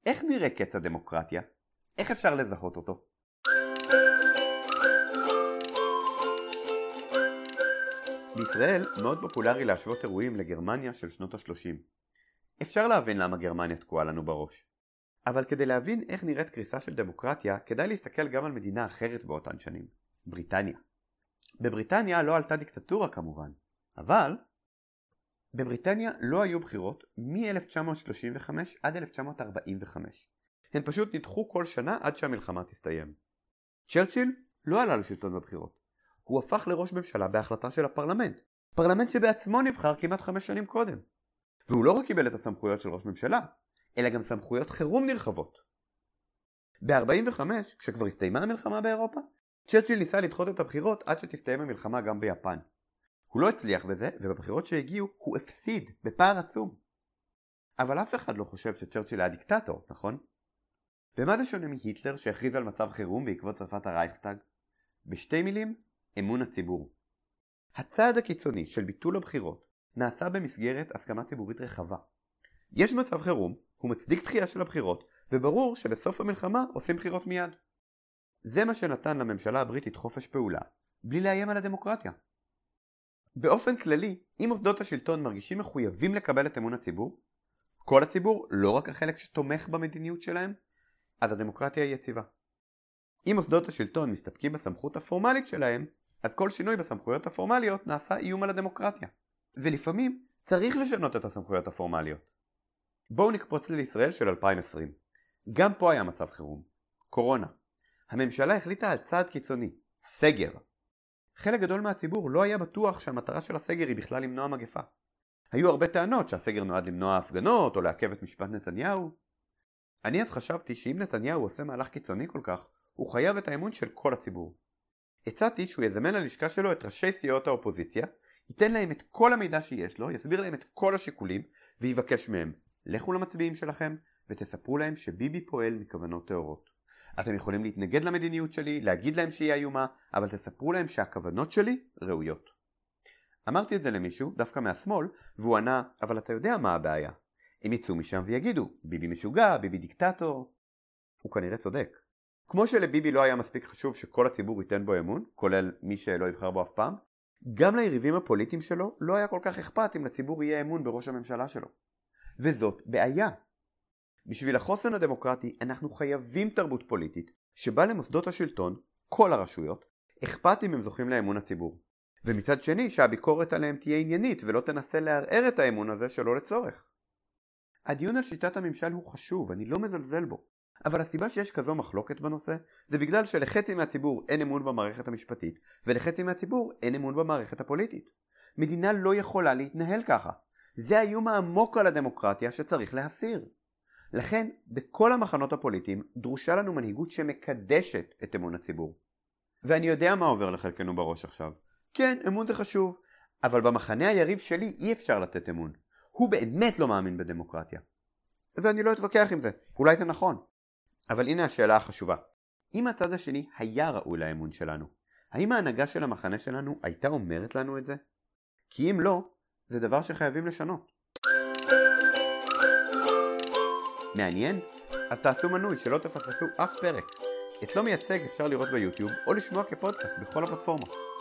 איך נראה קץ הדמוקרטיה? איך אפשר לזהות אותו? בישראל מאוד פופולרי להשוות אירועים לגרמניה של שנות ה-30. אפשר להבין למה גרמניה תקועה לנו בראש. אבל כדי להבין איך נראית קריסה של דמוקרטיה, כדאי להסתכל גם על מדינה אחרת באותן שנים. בריטניה. בבריטניה לא עלתה דיקטטורה כמובן, אבל בבריטניה לא היו בחירות מ-1935 עד 1945. הן פשוט נדחו כל שנה עד שהמלחמה תסתיים. צ'רצ'יל לא עלה לשלטון בבחירות. הוא הפך לראש ממשלה בהחלטה של הפרלמנט. פרלמנט שבעצמו נבחר כמעט 5 שנים קודם. והוא לא רק קיבל את הסמכויות של ראש ממשלה, אלא גם סמכויות חירום נרחבות. ב-45, כשכבר הסתיימה המלחמה באירופה, צ'רצ'יל ניסה לדחות את הבחירות עד שתסתיים המלחמה גם ביפן. הוא לא הצליח בזה, ובבחירות שהגיעו הוא הפסיד בפער עצום. אבל אף אחד לא חושב שצ'רצ'יל היה דיקטטור, נכון? ומה זה שונה מהיטלר שהכריז על מצב חירום בעקבות שרפת הרייכסטאג? בשתי מילים, אמון הציבור. הצעד הקיצוני של ביטול הבחירות נעשה במסגרת הסכמה ציבורית רחבה. יש מצב חירום, הוא מצדיק דחייה של הבחירות, וברור שבסוף המלחמה עושים בחירות מיד. זה מה שנתן לממשלה הבריטית חופש פעולה, בלי לאיים על הדמוקרטיה. באופן כללי, אם מוסדות השלטון מרגישים מחויבים לקבל את אמון הציבור, כל הציבור, לא רק החלק שתומך במדיניות שלהם, אז הדמוקרטיה היא יציבה. אם מוסדות השלטון מסתפקים בסמכות הפורמלית שלהם, אז כל שינוי בסמכויות הפורמליות נעשה איום על הדמוקרטיה. ולפעמים צריך לשנות את הסמכויות הפורמליות. בואו נקפוץ לישראל של 2020. גם פה היה מצב חירום. קורונה. הממשלה החליטה על צעד קיצוני. סגר. חלק גדול מהציבור לא היה בטוח שהמטרה של הסגר היא בכלל למנוע מגפה. היו הרבה טענות שהסגר נועד למנוע הפגנות או לעכב את משפט נתניהו. אני אז חשבתי שאם נתניהו עושה מהלך קיצוני כל כך, הוא חייב את האמון של כל הציבור. הצעתי שהוא יזמן ללשכה שלו את ראשי סיעות האופוזיציה, ייתן להם את כל המידע שיש לו, יסביר להם את כל השיקולים, ויבקש מהם, לכו למצביעים שלכם, ותספרו להם שביבי פועל מכוונות טהורות. אתם יכולים להתנגד למדיניות שלי, להגיד להם שהיא איומה, אבל תספרו להם שהכוונות שלי ראויות. אמרתי את זה למישהו, דווקא מהשמאל, והוא ענה, אבל אתה יודע מה הבעיה. הם יצאו משם ויגידו, ביבי משוגע, ביבי דיקטטור. הוא כנראה צודק. כמו שלביבי לא היה מספיק חשוב שכל הציבור ייתן בו אמון, כולל מי שלא יבחר בו אף פעם, גם ליריבים הפוליטיים שלו לא היה כל כך אכפת אם לציבור יהיה אמון בראש הממשלה שלו. וזאת בעיה. בשביל החוסן הדמוקרטי אנחנו חייבים תרבות פוליטית שבה למוסדות השלטון, כל הרשויות, אכפת אם הם זוכים לאמון הציבור. ומצד שני שהביקורת עליהם תהיה עניינית ולא תנסה לערער את האמון הזה שלא לצורך. הדיון על שיטת הממשל הוא חשוב, אני לא מזלזל בו. אבל הסיבה שיש כזו מחלוקת בנושא זה בגלל שלחצי מהציבור אין אמון במערכת המשפטית ולחצי מהציבור אין אמון במערכת הפוליטית. מדינה לא יכולה להתנהל ככה. זה האיום העמוק על הדמוקרטיה שצריך להסיר. לכן, בכל המחנות הפוליטיים דרושה לנו מנהיגות שמקדשת את אמון הציבור. ואני יודע מה עובר לחלקנו בראש עכשיו. כן, אמון זה חשוב, אבל במחנה היריב שלי אי אפשר לתת אמון. הוא באמת לא מאמין בדמוקרטיה. ואני לא אתווכח עם זה, אולי זה נכון. אבל הנה השאלה החשובה. אם הצד השני היה ראוי לאמון שלנו, האם ההנהגה של המחנה שלנו הייתה אומרת לנו את זה? כי אם לא, זה דבר שחייבים לשנות. מעניין? אז תעשו מנוי שלא תפספסו אף פרק. את לא מייצג אפשר לראות ביוטיוב או לשמוע כפודקאסט בכל הפלטפורמות.